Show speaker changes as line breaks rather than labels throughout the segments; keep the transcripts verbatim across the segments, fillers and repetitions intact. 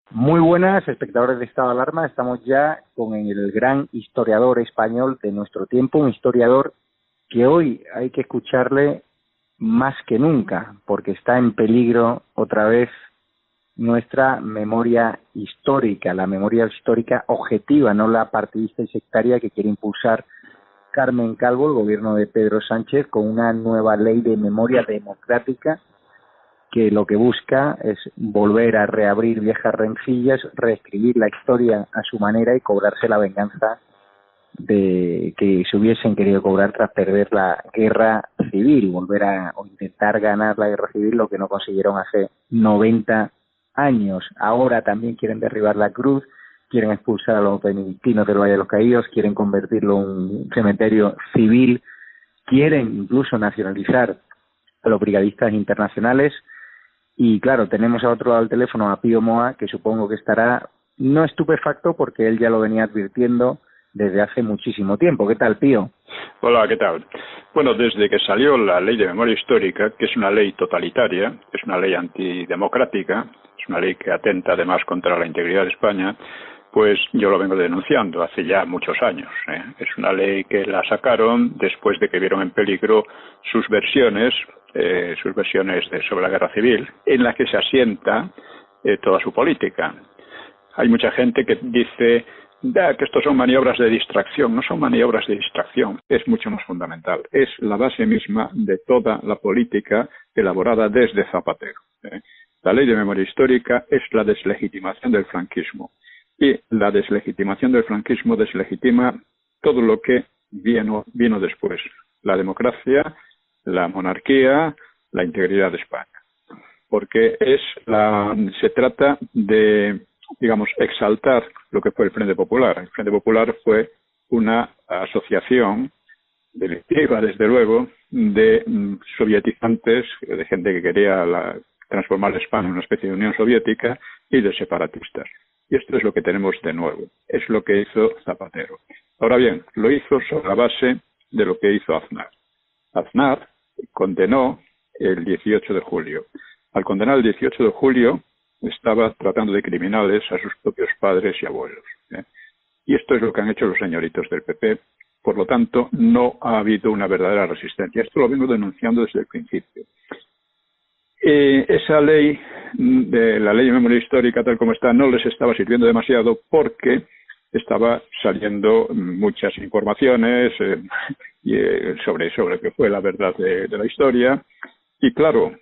Muy buenas, espectadores de Estado de Alarma. Estamos ya con el gran historiador español de nuestro tiempo, un historiador que hoy hay que escucharle más que nunca, porque está en peligro otra vez nuestra memoria histórica, la memoria histórica objetiva, no la partidista y sectaria que quiere impulsar Carmen Calvo, el gobierno de Pedro Sánchez, con una nueva ley de memoria democrática que lo que busca es volver a reabrir viejas rencillas, reescribir la historia a su manera y cobrarse la venganza de que se hubiesen querido cobrar tras perder la guerra civil, volver a o intentar ganar la guerra civil, lo que no consiguieron hace noventa años. Ahora también quieren derribar la cruz, quieren expulsar a los benedictinos del Valle de los Caídos, quieren convertirlo en un cementerio civil, quieren incluso nacionalizar a los brigadistas internacionales. Y claro, tenemos a otro lado del teléfono a Pío Moa, que supongo que estará no estupefacto porque él ya lo venía advirtiendo desde hace muchísimo tiempo. ¿Qué tal, Pío?
Hola, ¿qué tal? Bueno, desde que salió la Ley de Memoria Histórica, que es una ley totalitaria, es una ley antidemocrática, es una ley que atenta además contra la integridad de España, pues yo lo vengo denunciando hace ya muchos años, ¿eh? Es una ley que la sacaron después de que vieron en peligro sus versiones, eh, sus versiones de, sobre la guerra civil, en la que se asienta eh, toda su política. Hay mucha gente que dice da, que estos son maniobras de distracción. No son maniobras de distracción, es mucho más fundamental. Es la base misma de toda la política elaborada desde Zapatero, ¿eh? La Ley de Memoria Histórica es la deslegitimación del franquismo. Y la deslegitimación del franquismo deslegitima todo lo que vino, vino después. La democracia, la monarquía, la integridad de España. Porque es la, se trata de, digamos, exaltar lo que fue el Frente Popular. El Frente Popular fue una asociación delictiva, desde luego, de mm, sovietizantes, de gente que quería la, transformar España en una especie de Unión Soviética, y de separatistas. Y esto es lo que tenemos de nuevo. Es lo que hizo Zapatero. Ahora bien, lo hizo sobre la base de lo que hizo Aznar. Aznar condenó el dieciocho de julio. Al condenar el dieciocho de julio, estaba tratando de criminales a sus propios padres y abuelos, ¿eh? Y esto es lo que han hecho los señoritos del P P. Por lo tanto, no ha habido una verdadera resistencia. Esto lo vengo denunciando desde el principio. Eh, esa ley, de la Ley de Memoria Histórica, tal como está, no les estaba sirviendo demasiado porque estaba saliendo muchas informaciones eh, y, eh, sobre, sobre qué fue la verdad de, de la historia. Y claro,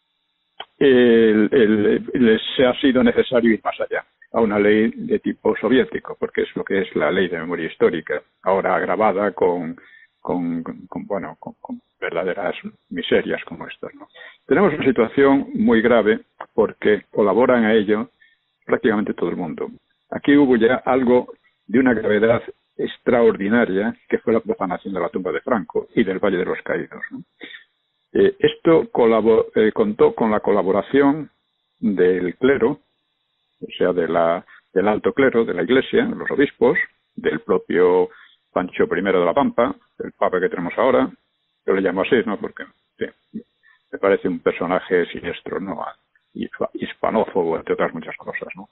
el, el, les ha sido necesario ir más allá, a una ley de tipo soviético, porque es lo que es la Ley de Memoria Histórica, ahora agravada con, con, con bueno, con, con verdaderas miserias como estas, ¿no? Tenemos una situación muy grave porque colaboran a ello prácticamente todo el mundo. Aquí hubo ya algo de una gravedad extraordinaria, que fue la profanación de la tumba de Franco y del Valle de los Caídos, ¿no? Eh, esto colabor, eh, contó con la colaboración del clero, o sea, de la, del alto clero de la Iglesia, los obispos, del propio Pancho primero de la Pampa, el papa que tenemos ahora. Yo le llamo así, ¿no? Porque sí, me parece un personaje siniestro, ¿no? Hispanófobo, entre otras muchas cosas, ¿no?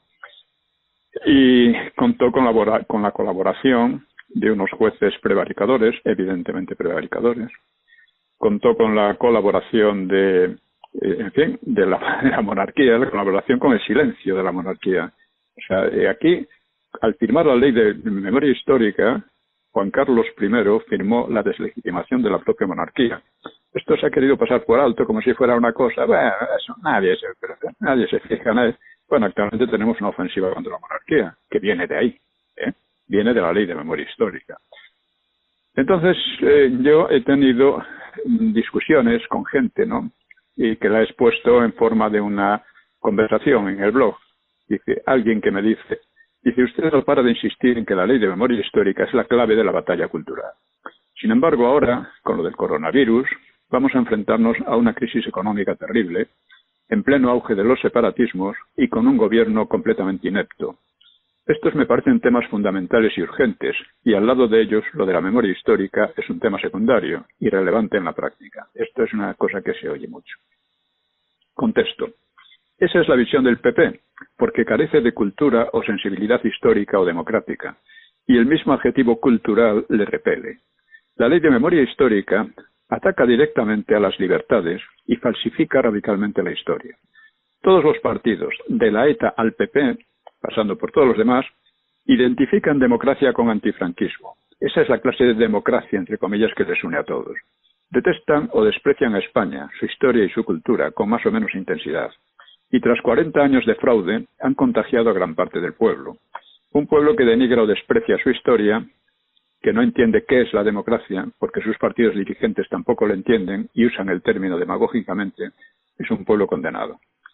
Y contó con la, con la colaboración de unos jueces prevaricadores, evidentemente prevaricadores. Contó con la colaboración de, eh, en fin, de la, de la monarquía, la colaboración con el silencio de la monarquía. O sea, eh, aquí, al firmar la Ley de Memoria Histórica, Juan Carlos primero firmó la deslegitimación de la propia monarquía. Esto se ha querido pasar por alto como si fuera una cosa, bueno, eso, nadie se, nadie se fija en él. Bueno, actualmente tenemos una ofensiva contra la monarquía, que viene de ahí, ¿eh? Viene de la Ley de Memoria Histórica. Entonces, eh, yo he tenido discusiones con gente, ¿no? Y que la he expuesto en forma de una conversación en el blog. Dice, alguien que me dice, dice, usted no para de insistir en que la Ley de Memoria Histórica es la clave de la batalla cultural. Sin embargo, ahora, con lo del coronavirus, vamos a enfrentarnos a una crisis económica terrible, en pleno auge de los separatismos y con un gobierno completamente inepto. Estos me parecen temas fundamentales y urgentes, y al lado de ellos, lo de la memoria histórica es un tema secundario, irrelevante en la práctica. Esto es una cosa que se oye mucho. Contesto. Esa es la visión del P P, porque carece de cultura o sensibilidad histórica o democrática, y el mismo adjetivo cultural le repele. La ley de memoria histórica ataca directamente a las libertades y falsifica radicalmente la historia. Todos los partidos, de la ETA al P P, pasando por todos los demás, identifican democracia con antifranquismo. Esa es la clase de democracia, entre comillas, que les une a todos. Detestan o desprecian a España, su historia y su cultura, con más o menos intensidad. Y tras cuarenta años de fraude, han contagiado a gran parte del pueblo. Un pueblo que denigra o desprecia su historia, que no entiende qué es la democracia, porque sus partidos dirigentes tampoco lo entienden y usan el término demagógicamente, es un pueblo condenado.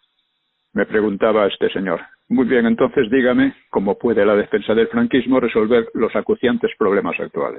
Me preguntaba este señor, muy bien, entonces dígame cómo puede la defensa del franquismo resolver los acuciantes problemas actuales.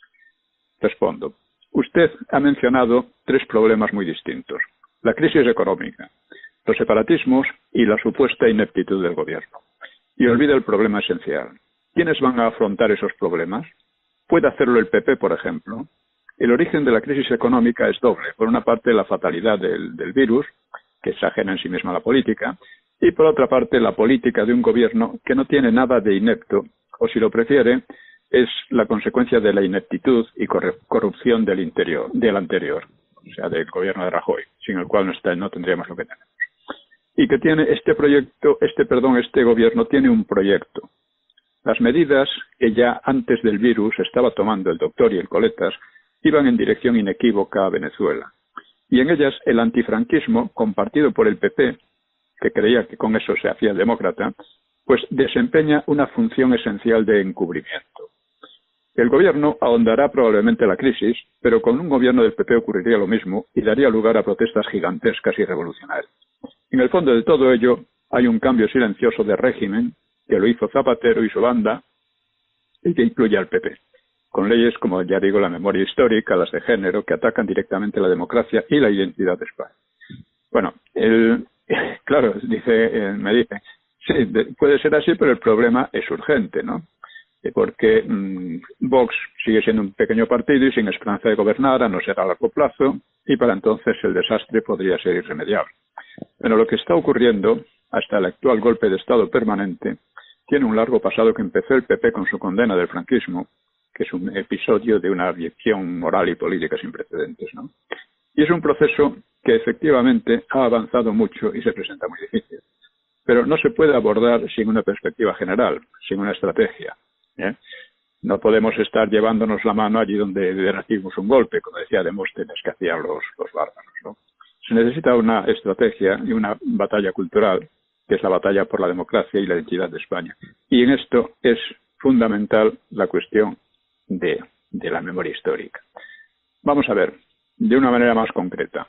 Respondo, usted ha mencionado tres problemas muy distintos: la crisis económica, los separatismos y la supuesta ineptitud del gobierno. Y olvida el problema esencial. ¿Quiénes van a afrontar esos problemas? ¿Puede hacerlo el P P, por ejemplo? El origen de la crisis económica es doble. Por una parte, la fatalidad del, del virus, que es ajena en sí misma a la política, y por otra parte, la política de un gobierno que no tiene nada de inepto, o si lo prefiere, es la consecuencia de la ineptitud y corrupción del interior, del anterior, o sea, del gobierno de Rajoy, sin el cual no, está, no tendríamos lo que tenemos. Y que tiene este proyecto, este perdón, este gobierno tiene un proyecto. Las medidas que ya antes del virus estaba tomando el doctor y el Coletas iban en dirección inequívoca a Venezuela. Y en ellas el antifranquismo, compartido por el P P, que creía que con eso se hacía el demócrata, pues desempeña una función esencial de encubrimiento. El gobierno ahondará probablemente la crisis, pero con un gobierno del P P ocurriría lo mismo y daría lugar a protestas gigantescas y revolucionarias. En el fondo de todo ello hay un cambio silencioso de régimen que lo hizo Zapatero y su banda y que incluye al P P, con leyes como, ya digo, la memoria histórica, las de género, que atacan directamente la democracia y la identidad de España. Bueno, el, claro, dice, eh, me dice, sí, de, puede ser así, pero el problema es urgente, ¿no? Porque mmm, Vox sigue siendo un pequeño partido y sin esperanza de gobernar, a no ser a largo plazo, y para entonces el desastre podría ser irremediable. Pero lo que está ocurriendo, hasta el actual golpe de Estado permanente, tiene un largo pasado que empezó el P P con su condena del franquismo, que es un episodio de una abyección moral y política sin precedentes, ¿no? Y es un proceso que efectivamente ha avanzado mucho y se presenta muy difícil. Pero no se puede abordar sin una perspectiva general, sin una estrategia, ¿eh? No podemos estar llevándonos la mano allí donde recibimos un golpe, como decía Demóstenes, que hacían los, los bárbaros, ¿no? Se necesita una estrategia y una batalla cultural, que es la batalla por la democracia y la identidad de España. Y en esto es fundamental la cuestión de, de la memoria histórica. Vamos a ver, de una manera más concreta.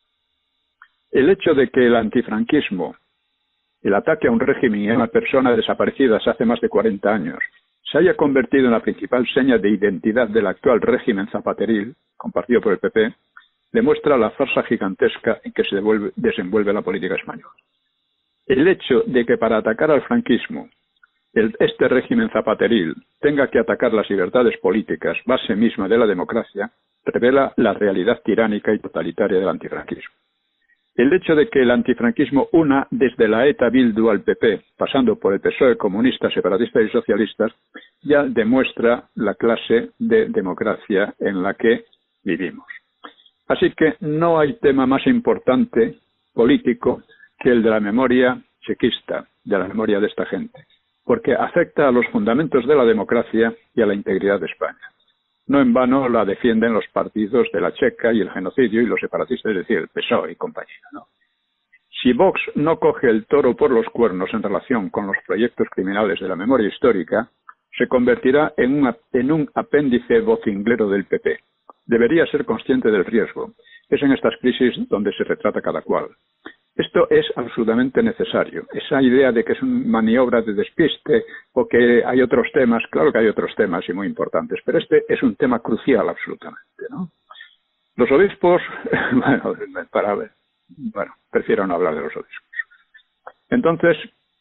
El hecho de que el antifranquismo, el ataque a un régimen y a una persona desaparecidas hace más de cuarenta años, se haya convertido en la principal seña de identidad del actual régimen zapateril, compartido por el P P, demuestra la farsa gigantesca en que se devuelve, desenvuelve la política española. El hecho de que para atacar al franquismo el, este régimen zapateril tenga que atacar las libertades políticas, base misma de la democracia, revela la realidad tiránica y totalitaria del antifranquismo. El hecho de que el antifranquismo una desde la ETA Bildu al P P, pasando por el P S O E, comunistas, separatistas y socialistas, ya demuestra la clase de democracia en la que vivimos. Así que no hay tema más importante político que el de la memoria chequista, de la memoria de esta gente, porque afecta a los fundamentos de la democracia y a la integridad de España. No en vano la defienden los partidos de la Checa y el genocidio y los separatistas, es decir, el P S O E y compañía, ¿no? Si Vox no coge el toro por los cuernos en relación con los proyectos criminales de la memoria histórica, se convertirá en un, en un apéndice vocinglero del P P. Debería ser consciente del riesgo. Es en estas crisis donde se retrata cada cual. Esto es absolutamente necesario. Esa idea de que es una maniobra de despiste o que hay otros temas, claro que hay otros temas y muy importantes, pero este es un tema crucial absolutamente, ¿no? Los obispos, bueno, para ver, bueno, prefiero no hablar de los obispos. Entonces,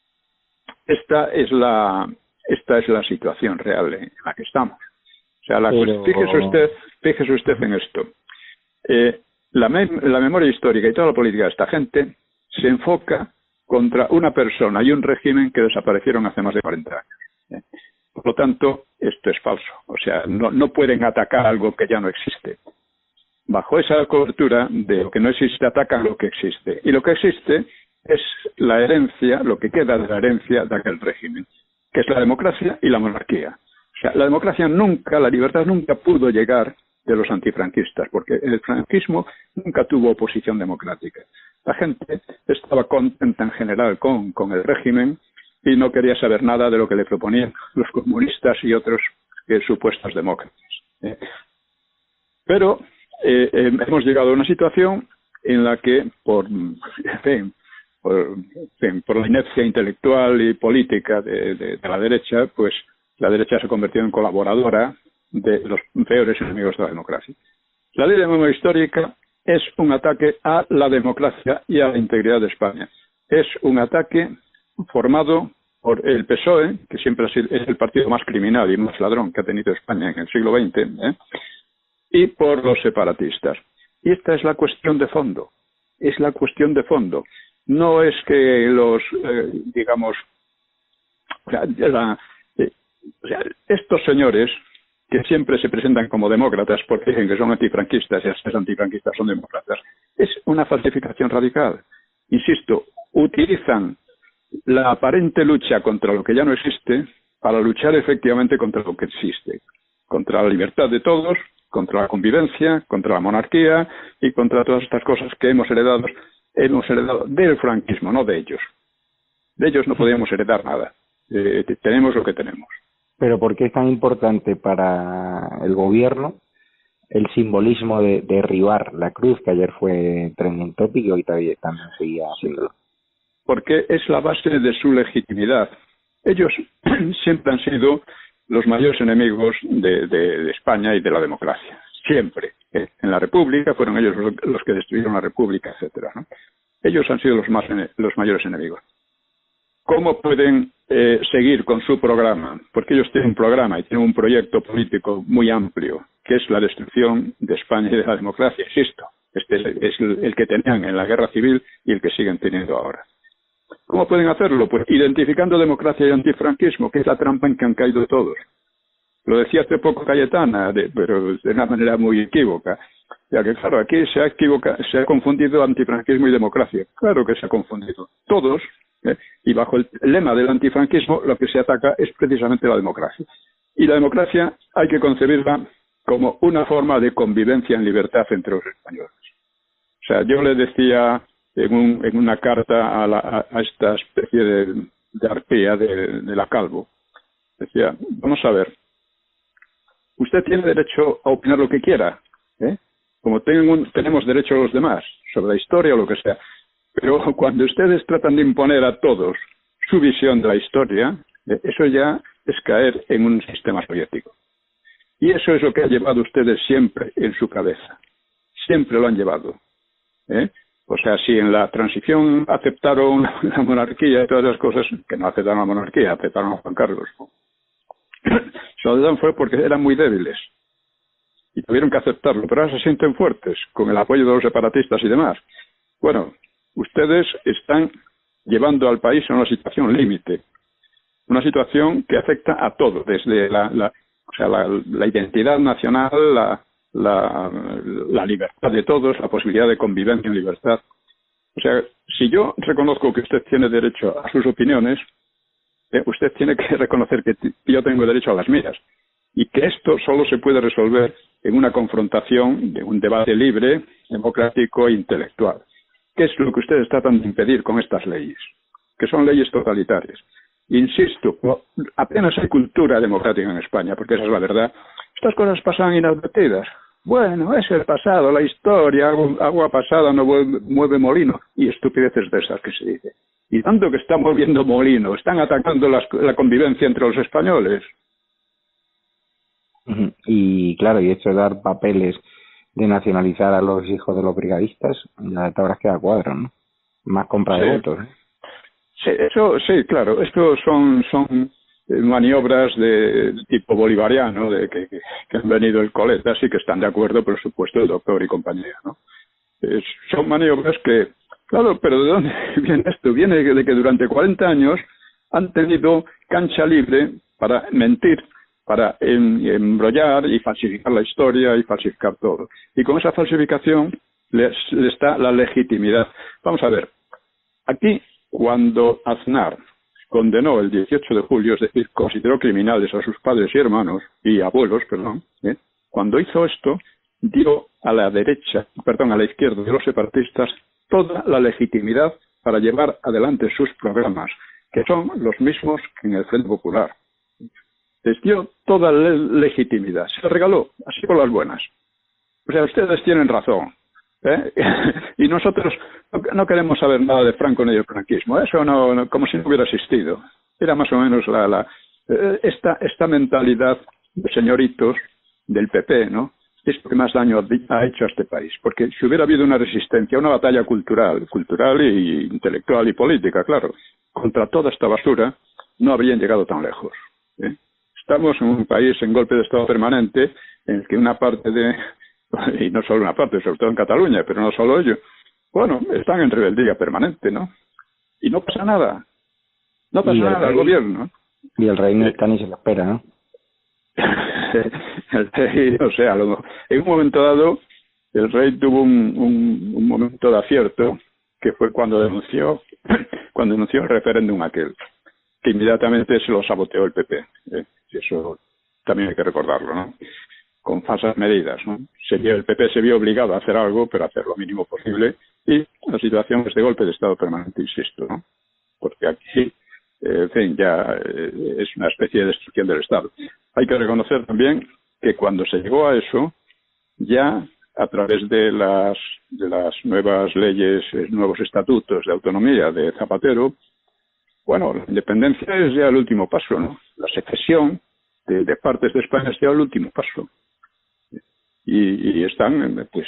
esta es la, esta es la situación real en la que estamos. O sea, la, pero... fíjese usted, fíjese usted en esto. Eh, la, me la memoria histórica y toda la política de esta gente se enfoca contra una persona y un régimen que desaparecieron hace más de cuarenta años. ¿eh? Por lo tanto, esto es falso. O sea, no, no pueden atacar algo que ya no existe. Bajo esa cobertura de lo que no existe, atacan lo que existe. Y lo que existe es la herencia, lo que queda de la herencia de aquel régimen, que es la democracia y la monarquía. O sea, la democracia nunca, la libertad nunca pudo llegar de los antifranquistas, porque el franquismo nunca tuvo oposición democrática. La gente estaba contenta en general con, con el régimen y no quería saber nada de lo que le proponían los comunistas y otros eh, supuestos demócratas. ¿eh? Pero eh, eh, hemos llegado a una situación en la que, por, en fin, por, en fin, por la inercia intelectual y política de, de, de la derecha, pues la derecha se convirtió en colaboradora de los peores enemigos de la democracia. La ley de memoria histórica es un ataque a la democracia y a la integridad de España. Es un ataque formado por el P S O E, que siempre ha sido, es el partido más criminal y más ladrón que ha tenido España en el siglo veinte, ¿eh? y por los separatistas. Y esta es la cuestión de fondo. Es la cuestión de fondo. No es que los, eh, digamos, o sea, la, eh, o sea, estos señores que siempre se presentan como demócratas porque dicen que son antifranquistas y estos antifranquistas son demócratas, es una falsificación radical. Insisto, utilizan la aparente lucha contra lo que ya no existe para luchar efectivamente contra lo que existe, contra la libertad de todos, contra la convivencia, contra la monarquía y contra todas estas cosas que hemos heredado, hemos heredado del franquismo, no de ellos. De ellos no podíamos heredar nada. Eh, tenemos lo que tenemos.
Pero ¿por qué es tan importante para el gobierno el simbolismo de, de derribar la cruz, que ayer fue trending topic y hoy todavía también seguía haciéndolo?
Porque es la base de su legitimidad. Ellos siempre han sido los mayores enemigos de, de, de España y de la democracia. Siempre. ¿eh? En la República fueron ellos los, los que destruyeron la República, etcétera, ¿no? Ellos han sido los, más, los mayores enemigos. ¿Cómo pueden eh, seguir con su programa? Porque ellos tienen un programa y tienen un proyecto político muy amplio, que es la destrucción de España y de la democracia. Insisto, este es el, el que tenían en la guerra civil y el que siguen teniendo ahora. ¿Cómo pueden hacerlo? Pues identificando democracia y antifranquismo, que es la trampa en que han caído todos. Lo decía hace poco Cayetana, de, pero de una manera muy equívoca. Ya que, claro, aquí se ha, equivoca, se ha confundido antifranquismo y democracia. Claro que se ha confundido. Todos, ¿eh? Y bajo el lema del antifranquismo, lo que se ataca es precisamente la democracia. Y la democracia hay que concebirla como una forma de convivencia en libertad entre los españoles. O sea, yo le decía en, un, en una carta a, la, a, a esta especie de, de arpía de, de la Calvo, decía, vamos a ver, usted tiene derecho a opinar lo que quiera, ¿eh? como tengo, tenemos derecho los demás, sobre la historia o lo que sea, pero cuando ustedes tratan de imponer a todos su visión de la historia, eh, eso ya es caer en un sistema soviético. Y eso es lo que ha llevado ustedes siempre en su cabeza. Siempre lo han llevado. ¿eh? O sea, si en la transición aceptaron la monarquía y todas esas cosas, que no aceptaron la monarquía, aceptaron a Juan Carlos. Se lo dan fue porque eran muy débiles y tuvieron que aceptarlo, pero ahora se sienten fuertes con el apoyo de los separatistas y demás. Bueno, ustedes están llevando al país a una situación límite, una situación que afecta a todo, desde la, la, o sea, la, la identidad nacional, la, la, la libertad de todos, la posibilidad de convivencia en libertad. O sea, si yo reconozco que usted tiene derecho a sus opiniones, eh, usted tiene que reconocer que yo tengo derecho a las mías y que esto solo se puede resolver en una confrontación, de un debate libre, democrático e intelectual. ¿Qué es lo que ustedes tratan de impedir con estas leyes? Que son leyes totalitarias. Insisto, apenas hay cultura democrática en España, porque esa es la verdad. Estas cosas pasan inadvertidas. Bueno, es el pasado, la historia, agua, agua pasada no mueve, mueve molino. Y estupideces de esas que se dice. Y tanto que están moviendo molino, están atacando las, la convivencia entre los españoles.
Y claro, y hecho de dar papeles de nacionalizar a los hijos de los brigadistas, ya te habrás quedado a cuadro, ¿no? Más compra de
sí.
votos, ¿eh?
Sí, eso, sí, claro, esto son, son maniobras de tipo bolivariano, de que, que, que han venido el coleta, así que están de acuerdo, por supuesto, el doctor y compañía, ¿no? Es, son maniobras que, Claro, pero ¿de dónde viene esto? Viene de que durante cuarenta años han tenido cancha libre para mentir, para en, embrollar y falsificar la historia y falsificar todo. Y con esa falsificación les, les da la legitimidad. Vamos a ver, aquí cuando Aznar condenó el dieciocho de julio, es decir, consideró criminales a sus padres y hermanos, y abuelos, perdón, ¿eh? Cuando hizo esto, dio a la derecha, perdón, a la izquierda de los separatistas toda la legitimidad para llevar adelante sus programas, que son los mismos que en el Frente Popular. Les dio toda la legitimidad, se la regaló, así por las buenas. O sea, ustedes tienen razón, ¿eh? Y nosotros no, no queremos saber nada de Franco ni del franquismo, eso no, no, como si no hubiera existido. Era más o menos la, la eh, esta, esta mentalidad de señoritos del P P, ¿no? Es lo que más daño ha hecho a este país, porque si hubiera habido una resistencia, una batalla cultural, cultural y intelectual y política, claro, contra toda esta basura, no habrían llegado tan lejos, ¿eh? Estamos en un país en golpe de estado permanente, en el que una parte de, y no solo una parte, sobre todo en Cataluña, pero no solo ellos, bueno, están en rebeldía permanente, ¿no? Y no pasa nada, no pasa nada al gobierno.
Y el rey no está ni se lo espera, ¿no?
El rey, o sea, lo, en un momento dado el rey tuvo un, un, un momento de acierto, que fue cuando denunció cuando denunció el referéndum aquel, que inmediatamente se lo saboteó el P P, ¿eh? Y eso también hay que recordarlo, ¿no? Con falsas medidas, ¿no? Se vio, el P P se vio obligado a hacer algo, pero a hacer lo mínimo posible, y la situación es de golpe de estado permanente, insisto, ¿no? Porque aquí en fin, ya eh, es una especie de destrucción del Estado. Hay que reconocer también que cuando se llegó a eso, ya a través de las, de las nuevas leyes, eh, nuevos estatutos de autonomía de Zapatero, bueno, la independencia es ya el último paso, ¿no? La secesión de, de partes de España es ya el último paso. Y, y están, pues,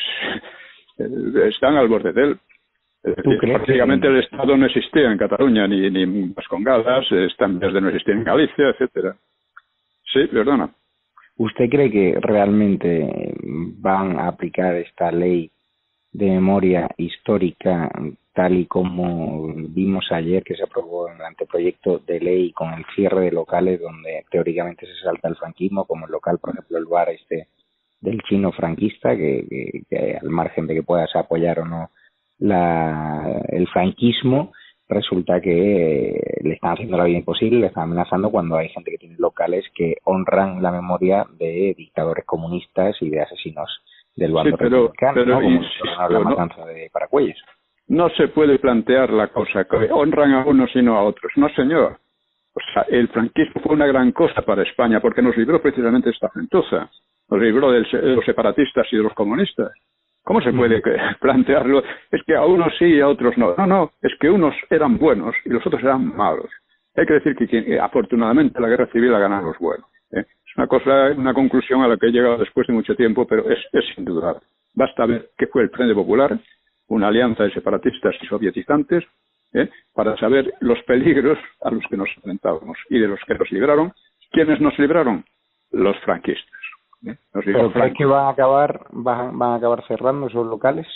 están al borde de él. ¿Tú crees prácticamente que el Estado no existía en Cataluña, ni, ni en Vascongadas, están desde no existía en Galicia, etcétera. Sí, perdona.
¿Usted cree que realmente van a aplicar esta ley de memoria histórica tal y como vimos ayer que se aprobó en el anteproyecto de ley con el cierre de locales donde teóricamente se salta el franquismo, como el local, por ejemplo, el bar este del chino franquista, que, que, que al margen de que puedas apoyar o no La, el franquismo, resulta que le están haciendo la vida imposible, le están amenazando cuando hay gente que tiene locales que honran la memoria de dictadores comunistas y de asesinos del bando
sí, pero,
republicano,
pero,
¿no? Como
insisto,
la matanza no, de Paracuellos.
No se puede plantear la cosa que honran a unos y no a otros. No, señor. O sea, el franquismo fue una gran cosa para España porque nos libró precisamente de esta gentuza. Nos libró de los separatistas y de los comunistas. ¿Cómo se puede plantearlo? Es que a unos sí y a otros no. No, no, es que unos eran buenos y los otros eran malos. Hay que decir que, que afortunadamente la guerra civil la ganaron los buenos, ¿eh? Es una cosa, una conclusión a la que he llegado después de mucho tiempo, pero es, es indudable. Basta ver qué fue el Frente Popular, una alianza de separatistas y sovietizantes, ¿eh? Para saber los peligros a los que nos enfrentábamos y de los que nos libraron. ¿Quiénes nos libraron? Los franquistas. ¿Eh?
¿Pero crees que van a acabar van, van a acabar cerrando esos locales?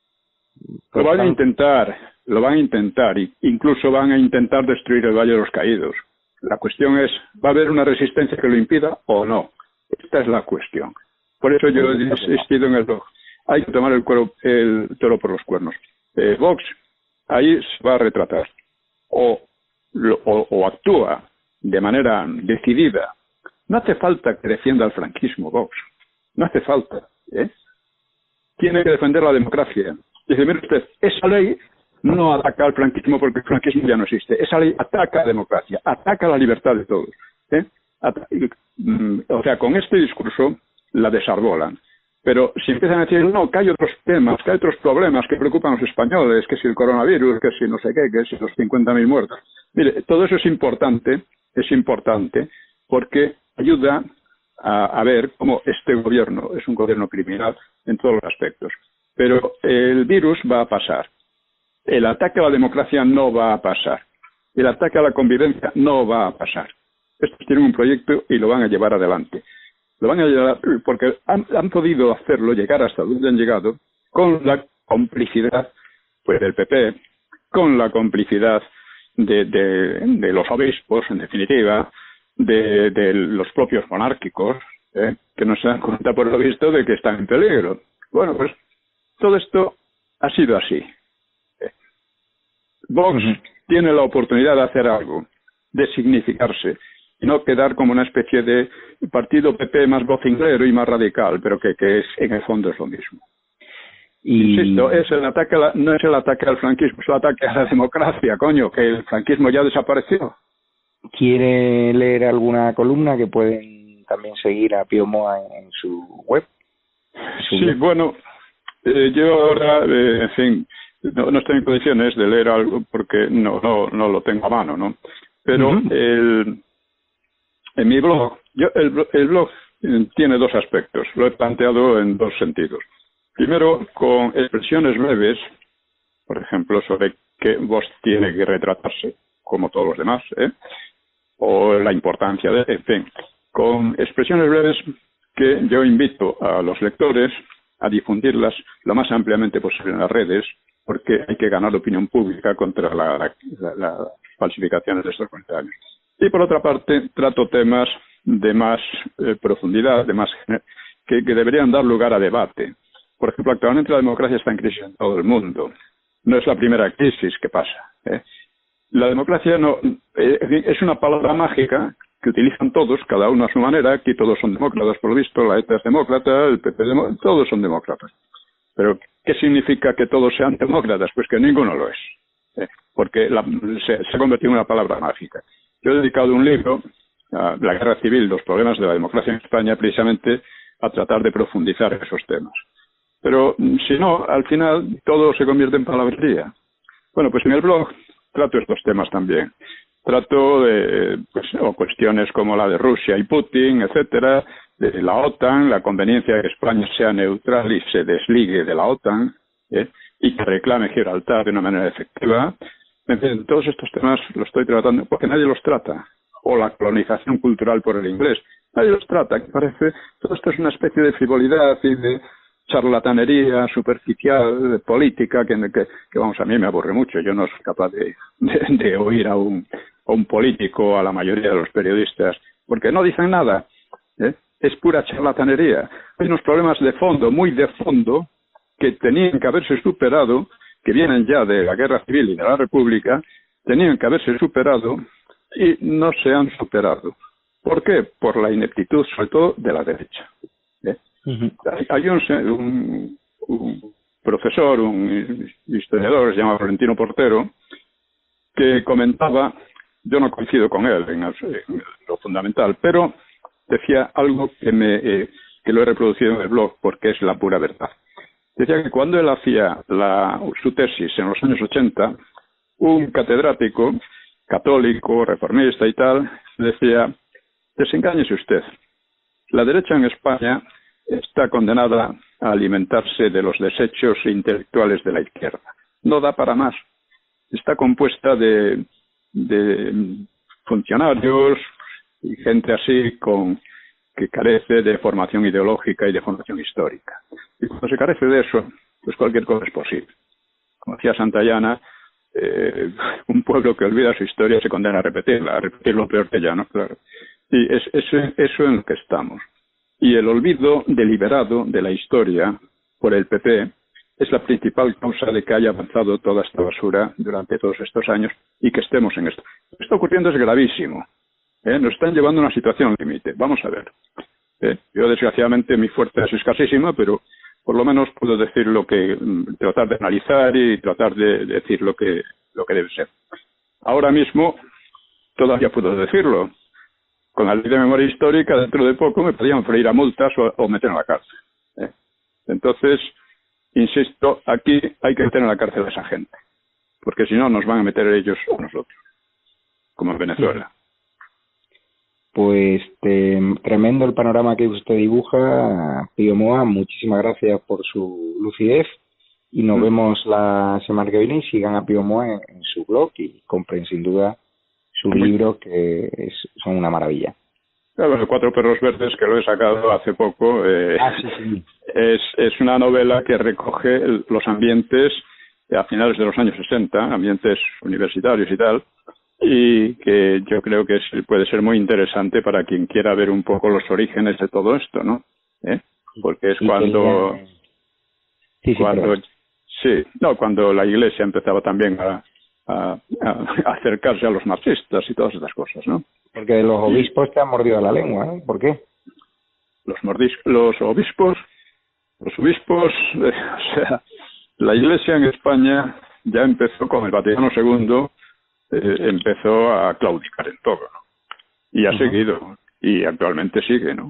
Lo van a intentar, lo van a intentar, y incluso van a intentar destruir el Valle de los Caídos. La cuestión es, ¿va a haber una resistencia que lo impida o no? Esta es la cuestión. Por eso yo he insistido en el blog. Hay que tomar el, cuero, el toro por los cuernos. Eh, Vox ahí se va a retratar. O, lo, o, o actúa de manera decidida. No hace falta que defienda el franquismo, Vox. No hace falta, ¿eh? Tiene que defender la democracia. Dice, mire usted, esa ley no ataca al franquismo porque el franquismo ya no existe. Esa ley ataca a la democracia, ataca a la libertad de todos, ¿eh? O sea, con este discurso la desarbolan. Pero si empiezan a decir, no, que hay otros temas, que hay otros problemas que preocupan a los españoles, que si el coronavirus, que si no sé qué, que si los cincuenta mil muertos. Mire, todo eso es importante, es importante, porque ayuda a, a ver cómo este gobierno es un gobierno criminal en todos los aspectos. Pero el virus va a pasar. El ataque a la democracia no va a pasar. El ataque a la convivencia no va a pasar. Estos tienen un proyecto y lo van a llevar adelante. Lo van a llevar porque han, han podido hacerlo, llegar hasta donde han llegado, con la complicidad pues del P P, con la complicidad de, de, de los obispos, en definitiva, de, de los propios monárquicos, ¿eh? que no se dan cuenta, por lo visto, de que están en peligro. Bueno, pues todo esto ha sido así. Vox uh-huh. tiene la oportunidad de hacer algo, de significarse, y no quedar como una especie de partido P P más vocinglero y más radical, pero que, que es en el fondo es lo mismo. Y... Insisto, es el ataque a la, no es el ataque al franquismo, es el ataque a la democracia, coño, que el franquismo ya desapareció.
¿Quiere leer alguna columna que pueden también seguir a Pío Moa en, en su web?
Sí, web? bueno, eh, yo ahora, eh, en fin, no, no estoy en condiciones de leer algo porque no no no lo tengo a mano, ¿no? Pero uh-huh. el, en mi blog, yo el, el blog tiene dos aspectos, lo he planteado en dos sentidos. Primero, con expresiones breves, por ejemplo, sobre que Vox tiene que retratarse, como todos los demás, ¿eh? o la importancia de, en fin, con expresiones breves que yo invito a los lectores a difundirlas lo más ampliamente posible en las redes, porque hay que ganar opinión pública contra las la, la falsificaciones de estos cuarenta años. Y por otra parte, trato temas de más eh, profundidad, de más que, que deberían dar lugar a debate. Por ejemplo, actualmente la democracia está en crisis en todo el mundo. No es la primera crisis que pasa. ¿eh? La democracia no eh, es una palabra mágica que utilizan todos, cada uno a su manera. Aquí todos son demócratas, por lo visto. La E T A es demócrata, el P P es demócrata, todos son demócratas. Pero, ¿qué significa que todos sean demócratas? Pues que ninguno lo es. ¿eh? Porque la, se, se ha convertido en una palabra mágica. Yo he dedicado un libro a la guerra civil, los problemas de la democracia en España, precisamente a tratar de profundizar esos temas. Pero si no, al final todo se convierte en palabrería. Bueno, pues en el blog trato estos temas también. Trato de pues, o cuestiones como la de Rusia y Putin, etcétera, de la OTAN, la conveniencia de que España sea neutral y se desligue de la OTAN, ¿eh? y que reclame Gibraltar de una manera efectiva. En fin, todos estos temas los estoy tratando porque nadie los trata. O la colonización cultural por el inglés. Nadie los trata, que parece, todo esto es una especie de frivolidad y de charlatanería superficial, de política, que, que, que vamos, a mí me aburre mucho. Yo no soy capaz de, de, de oír a un, a un político, a la mayoría de los periodistas, porque no dicen nada. ¿eh? Es pura charlatanería. Hay unos problemas de fondo, muy de fondo, que tenían que haberse superado, que vienen ya de la guerra civil y de la república, tenían que haberse superado y no se han superado. ¿Por qué? Por la ineptitud, sobre todo, de la derecha. ¿eh? Uh-huh. Hay, hay un, un, un profesor, un historiador, se llama Florentino Portero, que comentaba, yo no coincido con él en, en lo fundamental, pero decía algo que, me, eh, que lo he reproducido en el blog porque es la pura verdad. Decía que cuando él hacía la, su tesis en los años ochenta, un catedrático católico, reformista y tal, decía, desengáñese usted. La derecha en España está condenada a alimentarse de los desechos intelectuales de la izquierda. No da para más. Está compuesta de, de funcionarios y gente así con que carece de formación ideológica y de formación histórica. Y cuando se carece de eso, pues cualquier cosa es posible. Como decía Santayana, eh, un pueblo que olvida su historia se condena a repetirla, a repetir lo peor que ya, ¿no? Claro. Y es, es eso en lo que estamos. Y el olvido deliberado de la historia por el P P es la principal causa de que haya avanzado toda esta basura durante todos estos años y que estemos en esto. Lo que está ocurriendo es gravísimo. ¿eh? Nos están llevando a una situación límite. Vamos a ver. ¿eh? Yo, desgraciadamente, mi fuerza es escasísima, pero por lo menos puedo decir lo que, tratar de analizar y tratar de decir lo que, lo que debe ser. Ahora mismo, todavía puedo decirlo. Con la ley de memoria histórica, dentro de poco me podían freír a multas o, o meter en la cárcel. ¿eh? Entonces, insisto, aquí hay que meter en la cárcel a esa gente, porque si no nos van a meter ellos a nosotros, como en Venezuela.
Pues te, tremendo el panorama que usted dibuja, Pío Moa. Muchísimas gracias por su lucidez y nos mm. vemos la semana que viene. Y sigan a Pío Moa en, en su blog y compren sin duda sus Muy... libros, que es, son una maravilla.
Claro, los Cuatro perros verdes, que lo he sacado hace poco, eh,
ah, sí, sí.
Es, es una novela que recoge los ambientes a finales de los años sesenta, ambientes universitarios y tal, y que yo creo que es, puede ser muy interesante para quien quiera ver un poco los orígenes de todo esto, ¿no? ¿Eh? Porque es cuando...
Sí, sí,
cuando sí, no, cuando la Iglesia empezaba también a, a, a acercarse a los marxistas y todas estas cosas, ¿no?
Porque los obispos te han mordido la lengua, ¿no? ¿Por qué?
Los, mordis, los obispos, los obispos, eh, o sea, la Iglesia en España ya empezó con el Vaticano segundo, eh, empezó a claudicar en todo, ¿no? Y ha uh-huh. seguido, y actualmente sigue, ¿no?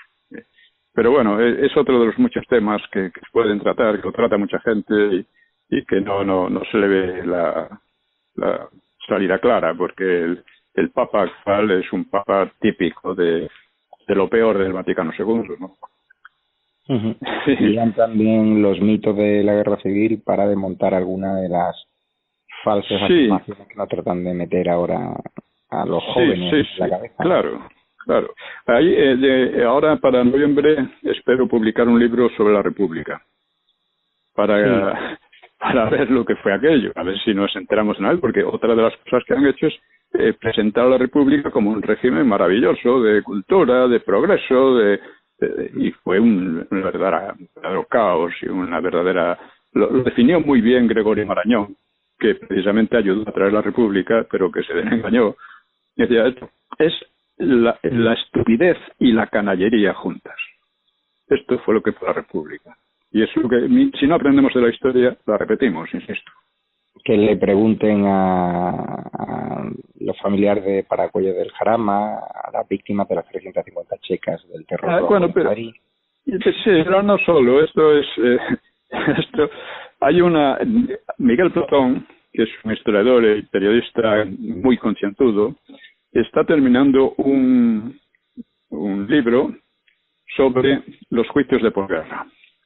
Pero bueno, es otro de los muchos temas que, que pueden tratar, que lo trata mucha gente y, y que no no no se le ve la, la salida clara, porque el, el Papa actual es un Papa típico de, de lo peor del Vaticano segundo, ¿no?
Uh-huh. Y dan también los mitos de la guerra civil para desmontar alguna de las falsas sí. afirmaciones que nos tratan de meter ahora a los jóvenes
sí, sí,
en la cabeza.
Sí, claro. Claro. Ahí, eh, de, ahora para noviembre espero publicar un libro sobre la República para, sí. para ver lo que fue aquello, a ver si nos enteramos en él, porque otra de las cosas que han hecho es eh, presentar a la República como un régimen maravilloso de cultura, de progreso, de, de y fue un, un verdadero, un verdadero caos y una verdadera... Lo, lo definió muy bien Gregorio Marañón, que precisamente ayudó a traer la República, pero que se engañó. Y decía, esto es La, la estupidez y la canallería juntas. Esto fue lo que fue la República. Y es lo que, si no aprendemos de la historia, la repetimos, insisto.
Que le pregunten a, a los familiares de Paracuello del Jarama, a las víctimas de las trescientas cincuenta checas del terror.
Ah, bueno, pero, sí, pero no solo, esto es... Eh, esto hay una... Miguel Platón, que es un historiador y periodista muy concienzudo, está terminando un, un libro sobre los juicios de posguerra.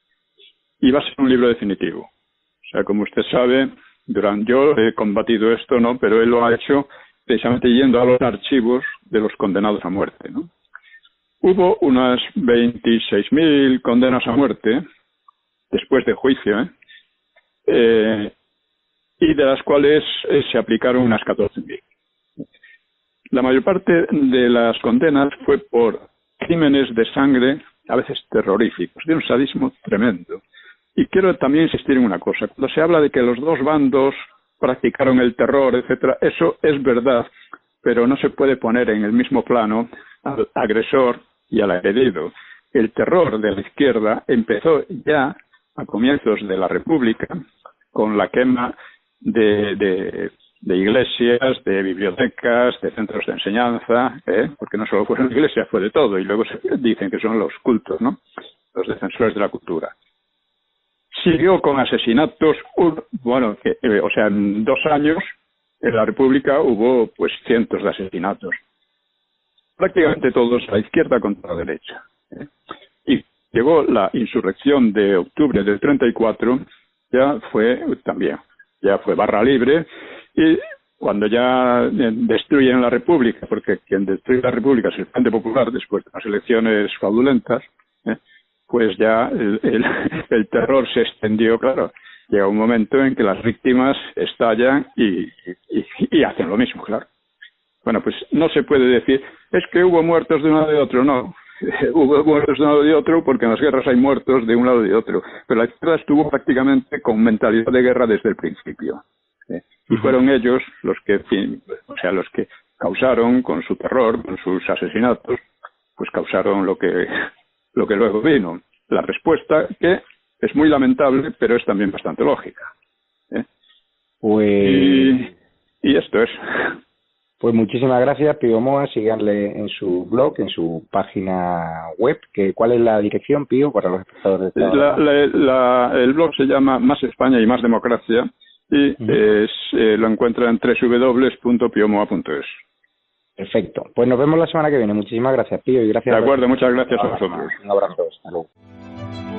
Y va a ser un libro definitivo. O sea, como usted sabe, durante, yo he combatido esto, ¿no? Pero él lo ha hecho precisamente yendo a los archivos de los condenados a muerte, ¿no? Hubo unas veintiséis mil condenas a muerte después de juicio, ¿eh? Eh, y de las cuales eh, se aplicaron unas catorce mil. La mayor parte de las condenas fue por crímenes de sangre, a veces terroríficos, de un sadismo tremendo. Y quiero también insistir en una cosa. Cuando se habla de que los dos bandos practicaron el terror, etcétera, eso es verdad, pero no se puede poner en el mismo plano al agresor y al agredido. El terror de la izquierda empezó ya a comienzos de la República con la quema de... de de iglesias, de bibliotecas, de centros de enseñanza, ¿eh? Porque no solo fue la iglesia, fue de todo, y luego se dicen que son los cultos, ¿no? Los defensores de la cultura. Siguió con asesinatos, un, bueno, que, eh, o sea, en dos años en la República hubo pues cientos de asesinatos. Prácticamente todos a la izquierda contra la derecha, ¿eh? Y llegó la insurrección de octubre del treinta y cuatro, ya fue también, ya fue barra libre. Y cuando ya destruyen la República, porque quien destruye la República es el Frente Popular después de las elecciones fraudulentas, ¿eh? Pues ya el, el, el terror se extendió, claro. Llega un momento en que las víctimas estallan y, y, y hacen lo mismo, claro. Bueno, pues no se puede decir, es que hubo muertos de un lado y de otro, no. Hubo muertos de un lado y de otro porque en las guerras hay muertos de un lado y de otro. Pero la izquierda estuvo prácticamente con mentalidad de guerra desde el principio. ¿eh? Y fueron ellos los que, o sea, los que causaron con su terror, con sus asesinatos, pues causaron lo que, lo que luego vino. La respuesta que es muy lamentable, pero es también bastante lógica. ¿eh?
Pues...
Y, y esto es.
Pues muchísimas gracias, Pío Moa. Síganle en su blog, en su página web. Que, ¿cuál es la dirección, Pío, para los espectadores de esta
la, la, la, El blog se llama Más España y Más Democracia y uh-huh. es, eh, lo encuentra en doble u doble u doble u punto pio moa punto es.
Perfecto. Pues nos vemos la semana que viene. Muchísimas gracias, Pío, y gracias.
De acuerdo, muchas gracias a vosotros.
Un abrazo. Hasta luego.